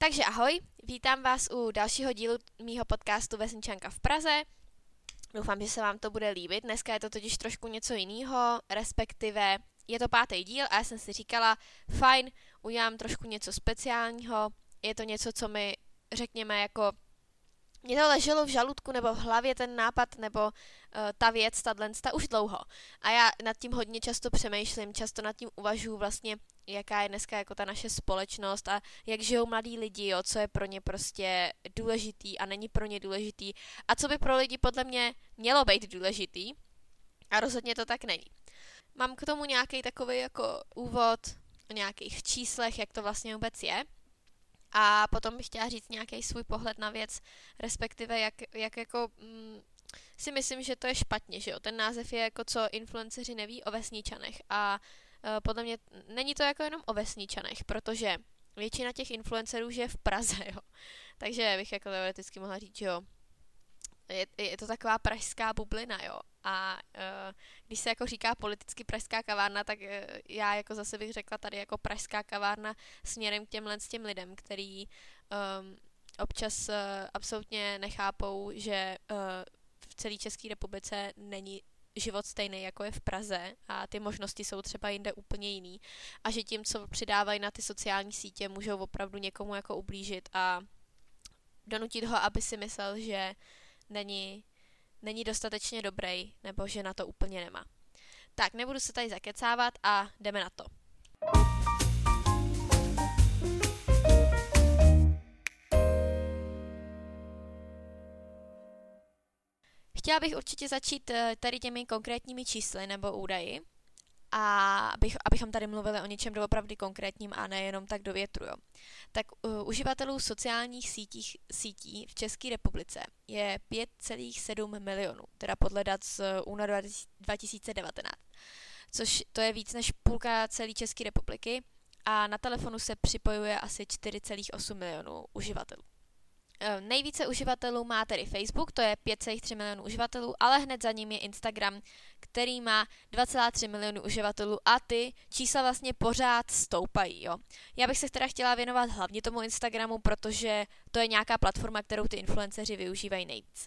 Takže ahoj, vítám vás u dalšího dílu mýho podcastu Vesničanka v Praze. Doufám, že se vám to bude líbit. Dneska je to totiž trošku něco jiného, respektive je to 5. díl a já jsem si říkala, fajn, udělám trošku něco speciálního. Je to něco, co mi, řekněme, jako mě to leželo v žaludku nebo v hlavě ten nápad nebo ta věc, tato už dlouho. A já nad tím hodně často přemýšlím, často nad tím uvažuji vlastně, jaká je dneska jako ta naše společnost a jak žijou mladí lidi, jo, co je pro ně prostě důležitý a není pro ně důležitý a co by pro lidi podle mě mělo být důležitý a rozhodně to tak není. Mám k tomu nějaký takový jako úvod o nějakých číslech, jak to vlastně vůbec je. A potom bych chtěla říct nějaký svůj pohled na věc, respektive jak jako si myslím, že to je špatně, že jo. Ten název je jako co influenceři neví o vesničanech a podle mě není to jako jenom o vesničanech, protože většina těch influencerů žije v Praze, jo. Takže bych jako teoreticky mohla říct, že jo, je to taková pražská bublina, jo. A když se jako říká politicky pražská kavárna, tak já jako zase bych řekla tady jako pražská kavárna směrem k těm lidem, který občas absolutně nechápou, že v celé České republice není život stejný, jako je v Praze a ty možnosti jsou třeba jinde úplně jiný a že tím, co přidávají na ty sociální sítě, můžou opravdu někomu jako ublížit a donutit ho, aby si myslel, že není dostatečně dobrý nebo že na to úplně nemá. Tak, nebudu se tady zakecávat a jdeme na to. Chtěla bych určitě začít tady těmi konkrétními čísly nebo údaji a abychom tady mluvili o něčem doopravdy konkrétním a nejenom tak do větru. Jo. Tak uživatelů sociálních sítí v České republice je 5,7 milionů, teda podle dat z února 2019, což to je víc než půlka celé České republiky a na telefonu se připojuje asi 4,8 milionů uživatelů. Nejvíce uživatelů má tedy Facebook, to je 5,3 milionů uživatelů, ale hned za ním je Instagram, který má 2,3 milionů uživatelů a ty čísla vlastně pořád stoupají. Jo. Já bych se teda chtěla věnovat hlavně tomu Instagramu, protože to je nějaká platforma, kterou ty influenceři využívají nejvíc.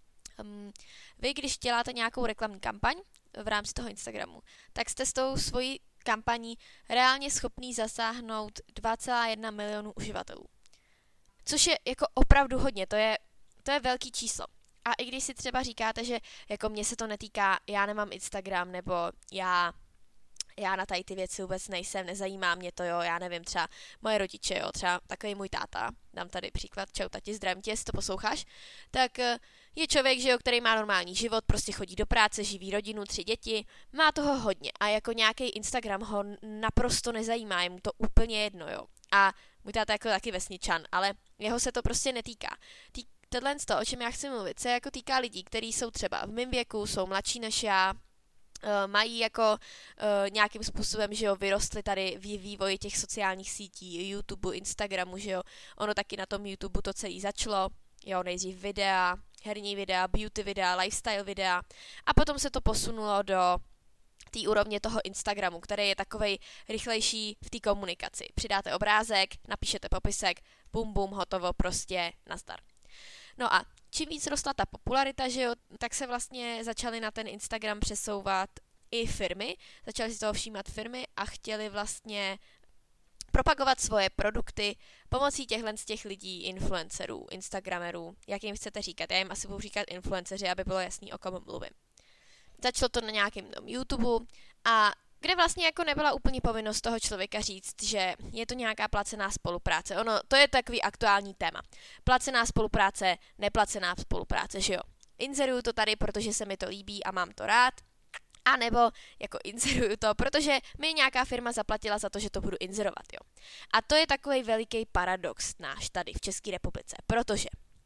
Vy, když děláte nějakou reklamní kampaň v rámci toho Instagramu, tak jste s tou svojí kampaní reálně schopný zasáhnout 2,1 milionů uživatelů. Což je jako opravdu hodně, to je velký číslo. A i když si třeba říkáte, že jako mě se to netýká, já nemám Instagram, nebo já na tady ty věci vůbec nejsem, nezajímá mě to, jo, já nevím, třeba moje rodiče, jo, třeba takový můj táta, dám tady příklad, čau tati, zdravím tě, jestli to posloucháš, tak je člověk, že jo, který má normální život, prostě chodí do práce, živí rodinu, 3 děti, má toho hodně a jako nějaký Instagram ho naprosto nezajímá, je mu to úplně jedno, jo. A můj táta jako taky vesničan, ale jeho se to prostě netýká. Tohle, o čem já chci mluvit, se jako týká lidí, kteří jsou třeba v mém věku, jsou mladší než já, mají jako nějakým způsobem, že jo, vyrostli tady v vývoji těch sociálních sítí, YouTube, Instagramu, že jo, ono taky na tom YouTube to celé začalo, jo, nejdřív videa, herní videa, beauty videa, lifestyle videa a potom se to posunulo do té úrovně toho Instagramu, který je takovej rychlejší v té komunikaci. Přidáte obrázek, napíšete popisek, bum bum, hotovo, prostě nazdar. No a čím víc rostla ta popularita, že jo, tak se vlastně začaly na ten Instagram přesouvat i firmy, začaly si toho všímat firmy a chtěli vlastně propagovat svoje produkty pomocí z těch lidí, influencerů, instagramerů, jak jim chcete říkat. Já jim asi budu říkat influenceři, aby bylo jasný, o kom mluvím. Začalo to na nějakém YouTube a kde vlastně jako nebyla úplně povinnost toho člověka říct, že je to nějaká placená spolupráce. Ono, to je takový aktuální téma. Placená spolupráce, neplacená spolupráce, že jo. Inzeruju to tady, protože se mi to líbí a mám to rád. A nebo jako inzeruju to, protože mi nějaká firma zaplatila za to, že to budu inzerovat, jo. A to je takový veliký paradox náš tady v České republice, protože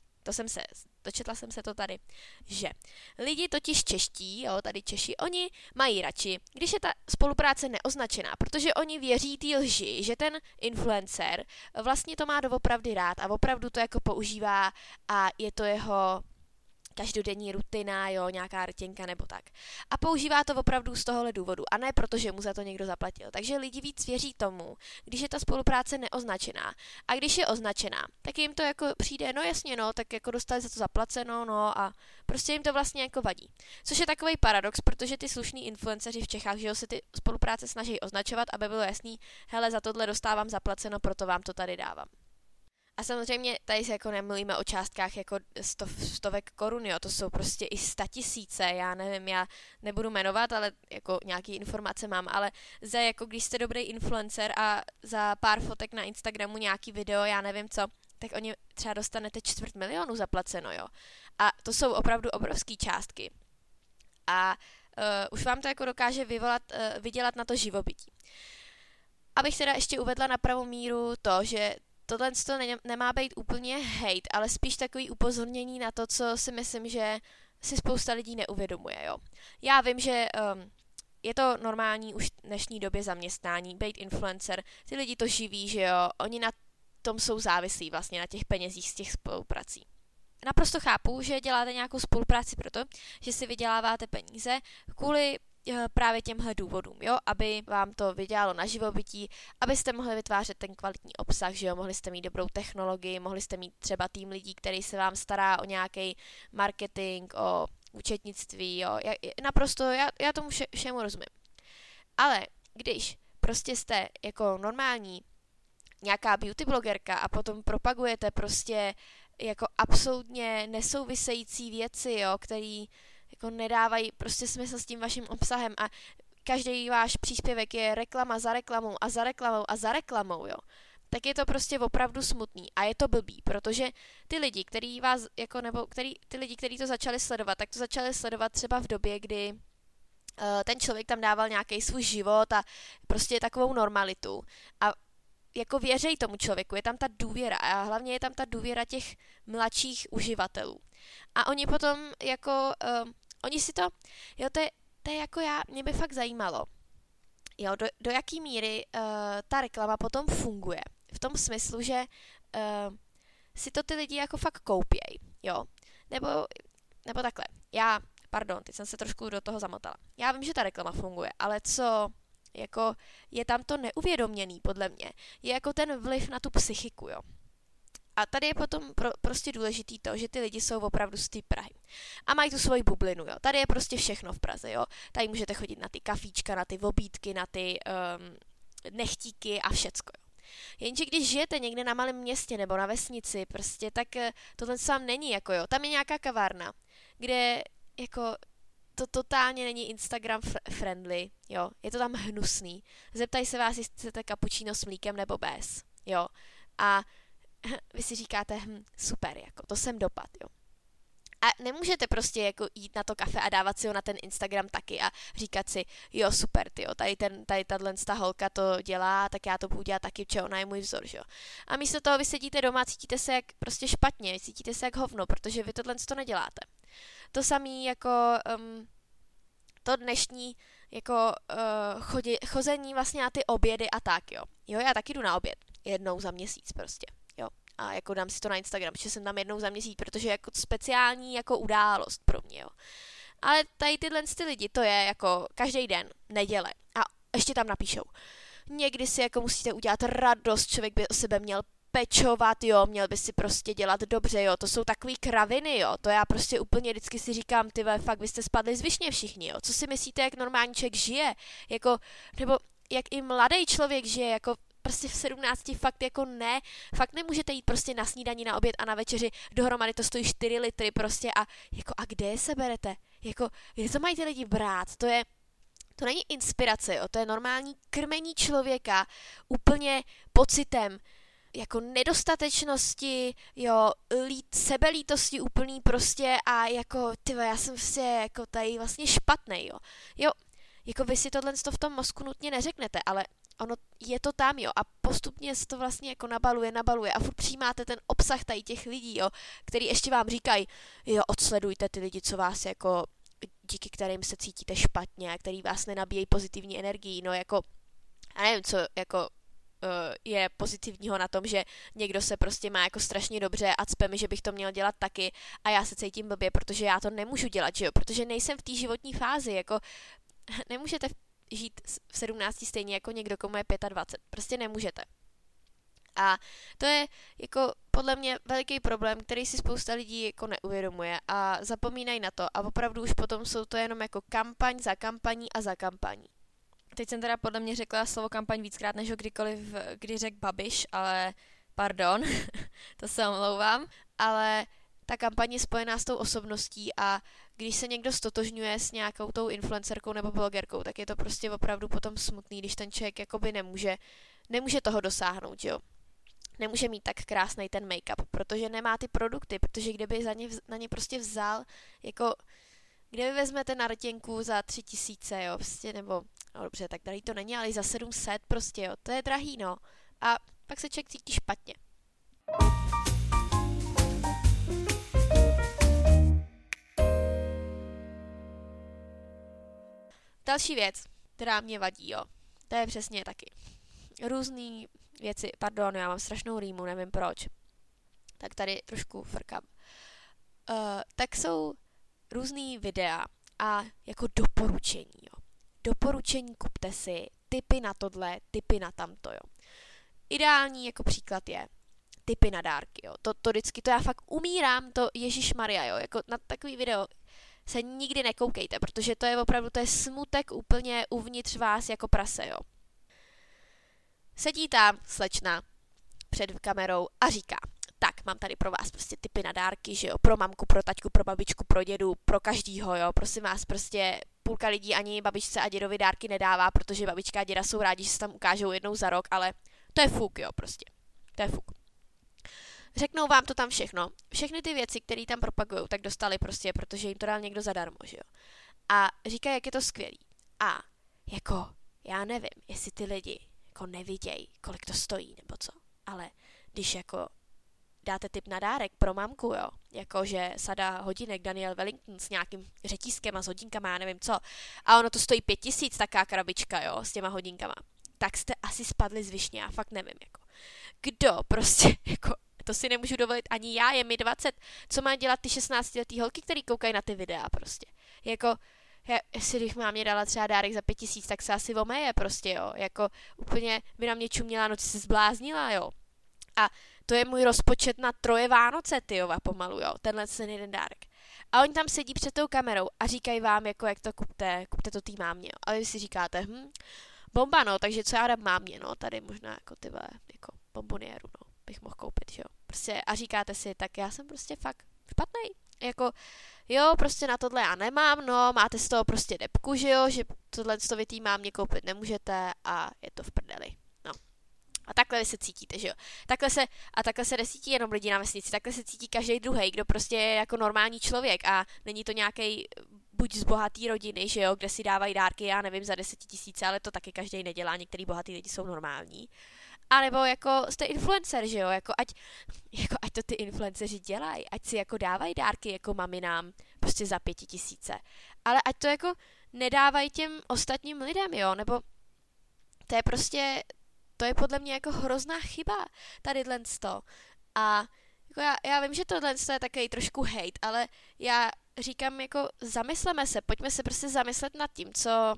dočetla jsem se to tady, že lidi totiž čeští, jo, tady Češi, oni mají radši, když je ta spolupráce neoznačená, protože oni věří té lži, že ten influencer vlastně to má doopravdy rád a opravdu to jako používá a je to jeho každodenní rutina, jo, nějaká rtěnka nebo tak. A používá to opravdu z tohohle důvodu a ne proto, že mu za to někdo zaplatil. Takže lidi víc věří tomu, když je ta spolupráce neoznačená. A když je označená, tak jim to jako přijde, no jasně, no, tak jako dostali za to zaplaceno, no a prostě jim to vlastně jako vadí. Což je takový paradox, protože ty slušní influenceři v Čechách, že jo, se ty spolupráce snaží označovat, aby bylo jasný, hele, za tohle dostávám zaplaceno, proto vám to tady dávám. A samozřejmě tady se jako nemluvíme o částkách jako stovek korun, jo, to jsou prostě i 100 000, já nevím, já nebudu jmenovat, ale jako nějaký informace mám, ale za jako když jste dobrý influencer a za pár fotek na Instagramu nějaký video, já nevím co, tak oni třeba dostanete 250 000 zaplaceno, jo. A to jsou opravdu obrovský částky. A už vám to jako dokáže vydělat na to živobytí. Abych teda ještě uvedla na pravou míru to, že tohle nemá být úplně hate, ale spíš takový upozornění na to, co si myslím, že si spousta lidí neuvědomuje. Jo. Já vím, že je to normální už v dnešní době zaměstnání, být influencer, ty lidi to živí, že jo, oni na tom jsou závislí vlastně na těch penězích z těch spoluprací. Naprosto chápu, že děláte nějakou spolupráci proto, že si vyděláváte peníze kvůli právě těmhle důvodům, jo, aby vám to vydělalo na živobytí, abyste mohli vytvářet ten kvalitní obsah, že jo, mohli jste mít dobrou technologii, mohli jste mít třeba tým lidí, který se vám stará o nějaký marketing, o účetnictví, jo, naprosto, já tomu všemu rozumím. Ale když prostě jste jako normální nějaká beauty blogerka a potom propagujete prostě jako absolutně nesouvisející věci, jo, který jako nedávají prostě smysl s tím vaším obsahem a každý váš příspěvek je reklama za reklamou a za reklamou a za reklamou, jo, tak je to prostě opravdu smutný a je to blbý, protože ty lidi, kteří to začali sledovat, tak to začali sledovat třeba v době, kdy ten člověk tam dával nějaký svůj život a prostě takovou normalitu a jako věřej tomu člověku, je tam ta důvěra a hlavně je tam ta důvěra těch mladších uživatelů. A oni potom jako, oni si to, jo, to je jako mě by fakt zajímalo, jo, do jaký míry ta reklama potom funguje. V tom smyslu, že si to ty lidi jako fakt koupěj, jo, nebo takhle, teď jsem se trošku do toho zamotala. Já vím, že ta reklama funguje, ale co jako je tam to neuvědoměný, podle mě, je jako ten vliv na tu psychiku, jo. A tady je potom prostě důležitý to, že ty lidi jsou opravdu z té Prahy. A mají tu svoji bublinu, jo. Tady je prostě všechno v Praze, jo. Tady můžete chodit na ty kafíčka, na ty obídky, na ty nechtíky a všecko, jo. Jenže když žijete někde na malém městě nebo na vesnici, prostě, tak tohle vám není, jako jo. Tam je nějaká kavárna, kde jako to totálně není Instagram friendly, jo, je to tam hnusný. Zeptají se vás, jestli chcete kapučíno s mlíkem nebo bez, jo. A vy si říkáte, super, jako, to jsem dopad, jo. A nemůžete prostě jako jít na to kafe a dávat si ho na ten Instagram taky a říkat si, jo, super, tyjo, tady tato holka to dělá, tak já to budu dělat taky, protože ona je můj vzor, že jo. A místo toho vy sedíte doma, cítíte se jak prostě špatně, cítíte se jak hovno, protože vy tohle to neděláte. To samé jako to dnešní jako chození vlastně na ty obědy a tak, jo. Jo, já taky jdu na oběd, jednou za měsíc prostě, jo. A jako dám si to na Instagram, že jsem tam jednou za měsíc, protože je jako speciální jako událost pro mě, jo. Ale tady tyhle lidi, to je jako každý den, neděle. A ještě tam napíšou. Někdy si jako musíte udělat radost, člověk by o sebe měl pečovat, jo, měl by si prostě dělat dobře, jo, to jsou takový kraviny, jo, to já prostě úplně vždycky si říkám, ty vole, fakt byste spadli z višně všichni, jo, co si myslíte, jak normální člověk žije, jako, nebo jak i mladý člověk žije, jako prostě v 17 fakt nemůžete jít prostě na snídani, na oběd a na večeři, dohromady to stojí 4 litry prostě a kde je seberete, jako, kde to mají ty lidi brát, to není inspirace, jo, to je normální krmení člověka úplně pocitem, jako nedostatečnosti, jo, sebelítosti úplný prostě a jako, tyhle, já jsem prostě jako tady vlastně špatnej, jo. Jo, jako vy si tohle v tom mozku nutně neřeknete, ale ono je to tam, jo, a postupně se to vlastně jako nabaluje a furt přijímáte ten obsah tady těch lidí, jo, který ještě vám říkají, jo, odsledujte ty lidi, co vás jako, díky kterým se cítíte špatně a který vás nenabíjejí pozitivní energií, no jako, já nevím, co, jako, je pozitivního na tom, že někdo se prostě má jako strašně dobře a cpe mi, že bych to měl dělat taky a já se cítím blbě, protože já to nemůžu dělat, že jo, protože nejsem v té životní fázi, jako nemůžete žít v 17 stejně jako někdo, komu je 25, prostě nemůžete. A to je jako podle mě veliký problém, který si spousta lidí jako neuvědomuje a zapomínají na to a opravdu už potom jsou to jenom jako kampaň za kampaní a za kampaní. Teď jsem teda podle mě řekla slovo kampaň víckrát, než ho kdykoliv, kdy řekl Babiš, ale pardon, to se omlouvám, ale ta kampaň je spojená s tou osobností a když se někdo stotožňuje s nějakou tou influencerkou nebo blogerkou, tak je to prostě opravdu potom smutný, když ten člověk jakoby nemůže toho dosáhnout, jo. Nemůže mít tak krásný ten make-up, protože nemá ty produkty, protože kdyby na ně prostě vzal, jako kde vy vezmete na rtěnku za 3000, jo, prostě, nebo, no dobře, tak drahý to není, ale i za 700 prostě, jo, to je drahý, no. A pak se člověk cítí špatně. Další věc, která mě vadí, jo, to je přesně taky. Různý věci, pardon, já mám strašnou rýmu, nevím proč. Tak tady trošku frkám. Tak jsou různý videa a jako doporučení, jo. Doporučení kupte si, tipy na tohle, tipy na tamto, jo. Ideální jako příklad je tipy na dárky, jo. To vždycky, to já fakt umírám, to Ježišmarja, jo. Jako na takový video se nikdy nekoukejte, protože to je opravdu, to je smutek úplně uvnitř vás jako prase, jo. Sedí tam slečna před kamerou a říká, tak mám tady pro vás prostě tipy na dárky, že jo, pro mamku, pro taťku, pro babičku, pro dědu, pro každýho, jo, prosím vás, prostě půlka lidí ani babičce a dědovi dárky nedává, protože babička a děda jsou rádi, že se tam ukážou jednou za rok, ale to je fuk, jo, prostě, to je fuk. Řeknou vám to tam všechno, všechny ty věci, které tam propagujou, tak dostali prostě, protože jim to dal někdo zadarmo, že jo. A říkají, jak je to skvělý. A jako, já nevím, jestli ty lidi jako nevidějí, kolik to stojí, nebo co, ale když jako dáte tip na dárek pro mamku, jo, jakože sada hodinek Daniel Wellington s nějakým řetízkem a s hodinkama, já nevím co, a ono to stojí 5000, taká krabička, jo, s těma hodinkama, tak jste asi spadli z višně, já fakt nevím, jako, kdo prostě, jako, to si nemůžu dovolit ani já, je mi 20, co má dělat ty 16letý holky, který koukají na ty videa, prostě, jako, jestli bych mámě dala třeba dárek za 5000, tak se asi omeje prostě, jo, jako, úplně by na mě čuměla, no ty se zbláznila, jo, a to je můj rozpočet na 3 Vánoce, tyjova, pomalu, jo, tenhle ten jeden dárek. A oni tam sedí před tou kamerou a říkají vám, jako jak to kupte to tý mámě, jo. Ale vy si říkáte, bomba, no, takže co já dám mámě, no, tady možná jako ty vole, jako bombonieru, no, bych mohl koupit, jo. Prostě a říkáte si, tak já jsem prostě fakt špatnej, jako, jo, prostě na tohle já nemám, no, máte z toho prostě depku, že jo, že tohle vy tý mámě koupit nemůžete a je to v prdeli. A takhle vy se cítíte, že jo. Takhle se necítí jenom lidi na vesnici, takhle se cítí každý druhý, kdo prostě je jako normální člověk a není to nějaký buď z bohatý rodiny, že jo, kde si dávají dárky, já nevím, za 10 000, ale to taky každý nedělá, některý bohatý lidi jsou normální. A nebo jako jste influencer, že jo, jako ať to ty influenceři dělají, ať si jako dávají dárky jako maminám prostě za 5000, ale ať to jako nedávají těm ostatním lidem, jo, nebo to je prostě, to je podle mě jako hrozná chyba, tadyhle to. A jako já vím, že tohle je takový trošku hate, ale já říkám jako zamysleme se, pojďme se prostě zamyslet nad tím, co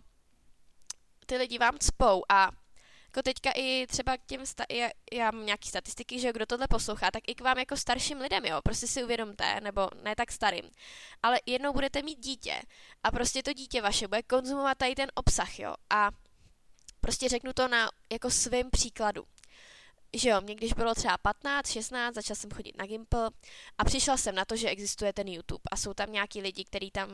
ty lidi vám cpou a jako teďka i třeba k těm, já mám nějaký statistiky, že kdo tohle poslouchá, tak i k vám jako starším lidem, jo, prostě si uvědomte, nebo ne tak starým, ale jednou budete mít dítě a prostě to dítě vaše bude konzumovat tady ten obsah, jo, a prostě řeknu to na jako svým příkladu. Že jo, mě když bylo třeba 15, 16, začala jsem chodit na Gimple a přišla jsem na to, že existuje ten YouTube a jsou tam nějaký lidi, kteří tam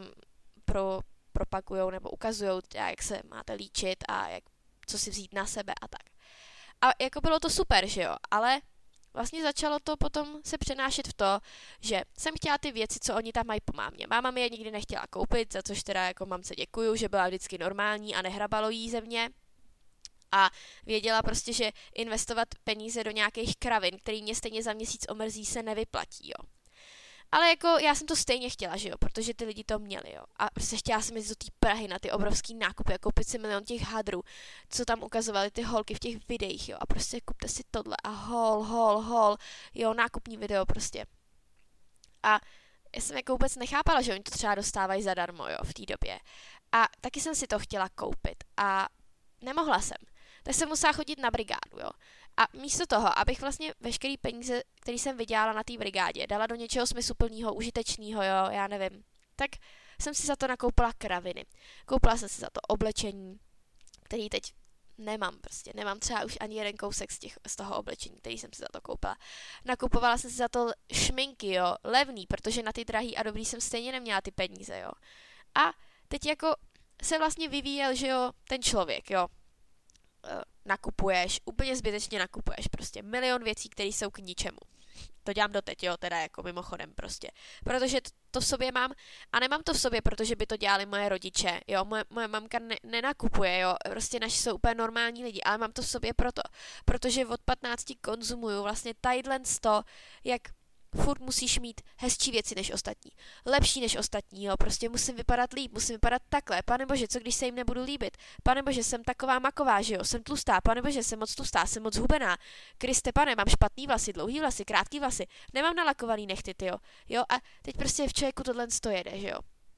propagujou nebo ukazujou, jak se máte líčit a co si vzít na sebe a tak. A jako bylo to super, že jo, ale vlastně začalo to potom se přenášet v to, že jsem chtěla ty věci, co oni tam mají po mámě. Máma mi je nikdy nechtěla koupit, za což teda jako mamce děkuju, že byla vždycky normální a nehrabalo jí ze mě. A věděla prostě, že investovat peníze do nějakých kravin, který mě stejně za měsíc omrzí, se nevyplatí, jo. Ale jako já jsem to stejně chtěla, že jo, protože ty lidi to měli, jo. A prostě chtěla jsem jít do té Prahy na ty obrovský nákupy a koupit si milion těch hadrů, co tam ukazovaly ty holky v těch videích, jo. A prostě kupte si tohle a hol, jo, nákupní video prostě. A já jsem jako vůbec nechápala, že oni to třeba dostávají zadarmo, jo, v té době. A taky jsem si to chtěla koupit a nemohla jsem. Tak jsem musela chodit na brigádu, jo. A místo toho, abych vlastně veškerý peníze, který jsem vydělala na té brigádě, dala do něčeho smysluplného, užitečného, jo, já nevím, tak jsem si za to nakoupila kraviny. Koupila jsem si za to oblečení, který teď nemám prostě. Nemám třeba už ani jeden kousek z toho oblečení, který jsem si za to koupila. Nakupovala jsem si za to šminky, jo, levný, protože na ty drahý a dobrý jsem stejně neměla ty peníze, jo. A teď jako se vlastně vyvíjel, že jo, ten člověk, jo. Nakupuješ, úplně zbytečně nakupuješ prostě milion věcí, které jsou k ničemu. To dělám doteď, jo, teda jako mimochodem prostě. Protože to v sobě mám a nemám to v sobě, protože by to dělali moje rodiče, jo, moje mamka nenakupuje, jo, prostě naši jsou úplně normální lidi, ale mám to v sobě protože od 15 konzumuju vlastně tadyhle jak furt musíš mít hezčí věci než ostatní, lepší než ostatní, jo, prostě musím vypadat líp, musím vypadat takhle, panebože, co když se jim nebudu líbit, panebože, jsem taková maková, že jo, jsem tlustá, panebože, jsem moc tlustá, jsem moc hubená, Kriste pane, mám špatný vlasy, dlouhý vlasy, krátký vlasy, nemám nalakovaný nechty, jo, a teď prostě v člověku tohle jede, že jo,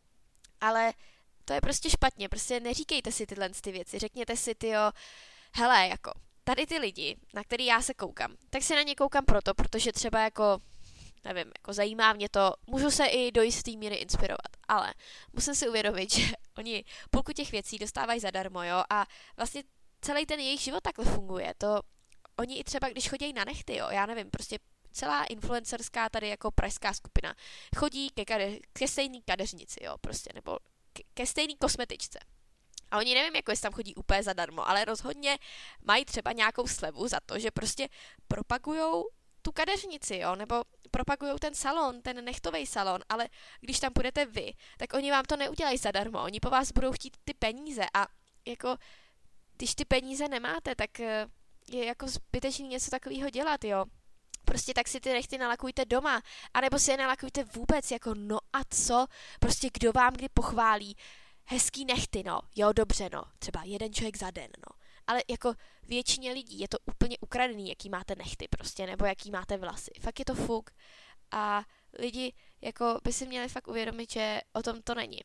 ale to je prostě špatně, prostě neříkejte si tyhle ty věci, řekněte si, hele, jako, tady ty lidi, na který já se koukám, tak se na ně koukám protože třeba jako nevím, jako zajímá mě to, můžu se i do jistý míry inspirovat, ale musím si uvědomit, že oni půlku těch věcí dostávají zadarmo, jo, a vlastně celý ten jejich život takhle funguje, oni i třeba, když chodí na nechty, jo, já nevím, prostě celá influencerská tady jako pražská skupina chodí ke stejný kadeřnici, jo, prostě, nebo ke stejný kosmetičce. A oni nevím, jako jestli tam chodí úplně zadarmo, ale rozhodně mají třeba nějakou slevu za to, že prostě propagujou tu kadeřnici, jo, nebo propagujou ten salon, ten nechtový salon, ale když tam půjdete vy, tak oni vám to neudělají zadarmo, oni po vás budou chtít ty peníze a jako, když ty peníze nemáte, tak je jako zbytečný něco takového dělat, jo. Prostě tak si ty nechty nalakujte doma, anebo si je nalakujte vůbec, jako no a co, prostě kdo vám kdy pochválí hezký nechty, no, jo, dobře, no, třeba jeden člověk za den, no. Ale jako většině lidí je to úplně ukradený, jaký máte nechty prostě, nebo jaký máte vlasy. Fakt je to fuk. A lidi jako by si měli fakt uvědomit, že o tom to není.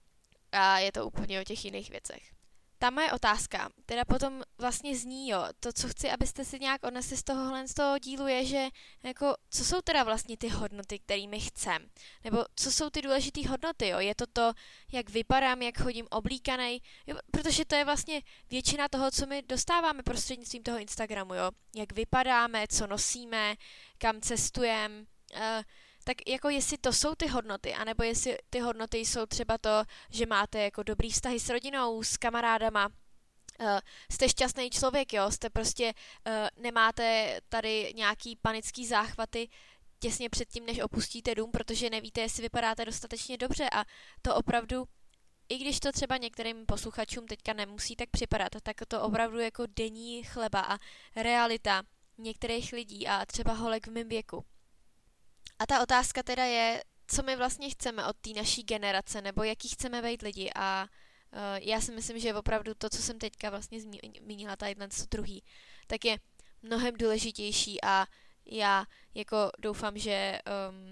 A je to úplně o těch jiných věcech. Ta moje otázka teda potom vlastně zní, jo, to, co chci, abyste si nějak odnesli z toho dílu, je, že jako, co jsou teda vlastně ty hodnoty, kterými chcem? Nebo co jsou ty důležité hodnoty, jo? Je to, jak vypadám, jak chodím oblíkanej, jo? Protože to je vlastně většina toho, co my dostáváme prostřednictvím toho Instagramu, jo? Jak vypadáme, co nosíme, kam cestujeme, tak jako jestli to jsou ty hodnoty, anebo jestli ty hodnoty jsou třeba to, že máte jako dobrý vztahy s rodinou, s kamarádama, jste šťastný člověk, jo, jste prostě, nemáte tady nějaký panický záchvaty těsně předtím, než opustíte dům, protože nevíte, jestli vypadáte dostatečně dobře a to opravdu, i když to třeba některým posluchačům teďka nemusí tak připadat, tak to opravdu jako denní chleba a realita některých lidí a třeba holek v mém věku. A ta otázka teda je, co my vlastně chceme od té naší generace, nebo jaký chceme být lidi a já si myslím, že opravdu to, co jsem teďka vlastně zmínila, tadyhle druhý, tak je mnohem důležitější a já jako doufám, že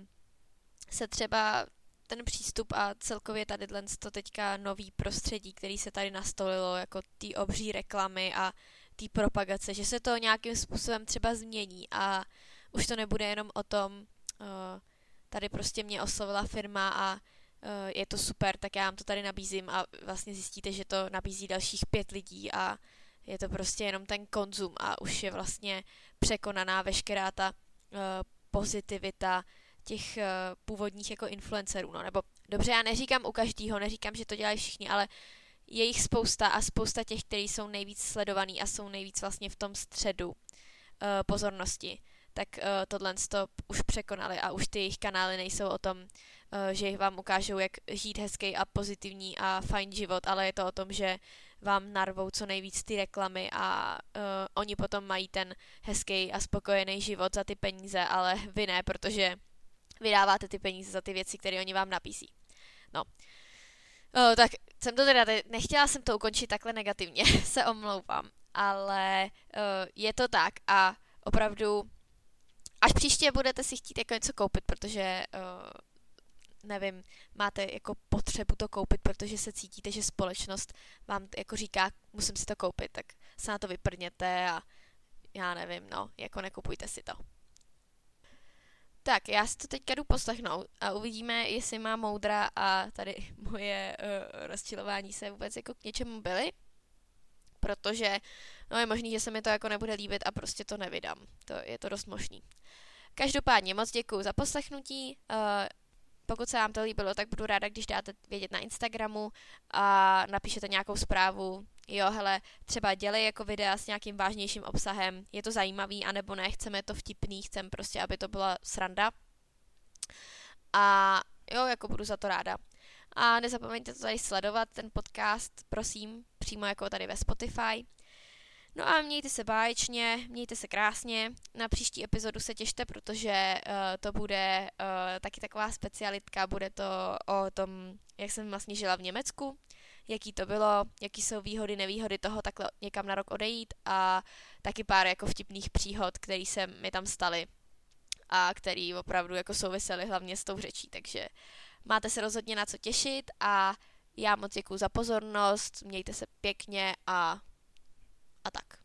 se třeba ten přístup a celkově tadyhle to teďka nový prostředí, který se tady nastolilo, jako ty obří reklamy a ty propagace, že se to nějakým způsobem třeba změní a už to nebude jenom o tom, tady prostě mě oslovila firma a je to super, tak já vám to tady nabízím a vlastně zjistíte, že to nabízí dalších 5 lidí a je to prostě jenom ten konzum a už je vlastně překonaná veškerá ta pozitivita těch původních jako influencerů, no, nebo dobře, já neříkám u každýho, neříkám, že to dělají všichni, ale je jich spousta a spousta těch, kteří jsou nejvíc sledovaný a jsou nejvíc vlastně v tom středu pozornosti, tak tohle už překonali a už ty jejich kanály nejsou o tom, že vám ukážou, jak žít hezký a pozitivní a fajn život, ale je to o tom, že vám narvou co nejvíc ty reklamy a oni potom mají ten hezký a spokojený život za ty peníze, ale vy ne, protože vydáváte ty peníze za ty věci, které oni vám nabízí. No, tak jsem to teda, nechtěla jsem to ukončit takhle negativně, se omlouvám, ale je to tak a opravdu, až příště budete si chtít jako něco koupit, protože nevím, máte jako potřebu to koupit, protože se cítíte, že společnost vám jako říká, musím si to koupit, tak se na to vyprdněte a já nevím, no, jako nekupujte si to. Tak, já si to teďka jdu poslechnout a uvidíme, jestli má moudra a tady moje rozčilování se vůbec jako k něčemu byly, protože no je možný, že se mi to jako nebude líbit a prostě to nevydám. Je to dost možný. Každopádně moc děkuju za poslechnutí. Pokud se vám to líbilo, tak budu ráda, když dáte vědět na Instagramu a napíšete nějakou zprávu. Jo, hele, třeba dělej jako videa s nějakým vážnějším obsahem, je to zajímavý, anebo ne, chceme to vtipný, chceme prostě, aby to byla sranda. A jo, jako budu za to ráda. A nezapomeňte to tady sledovat, ten podcast, prosím, přímo jako tady ve Spotify. No a mějte se báječně, mějte se krásně. Na příští epizodu se těšte, protože to bude taky taková specialitka. Bude to o tom, jak jsem vlastně žila v Německu, jaký to bylo, jaký jsou výhody, nevýhody toho takhle někam na rok odejít a taky pár jako vtipných příhod, které se mi tam staly a které opravdu jako souvisely hlavně s tou řečí. Takže máte se rozhodně na co těšit a já moc děkuju za pozornost, mějte se pěkně a tak.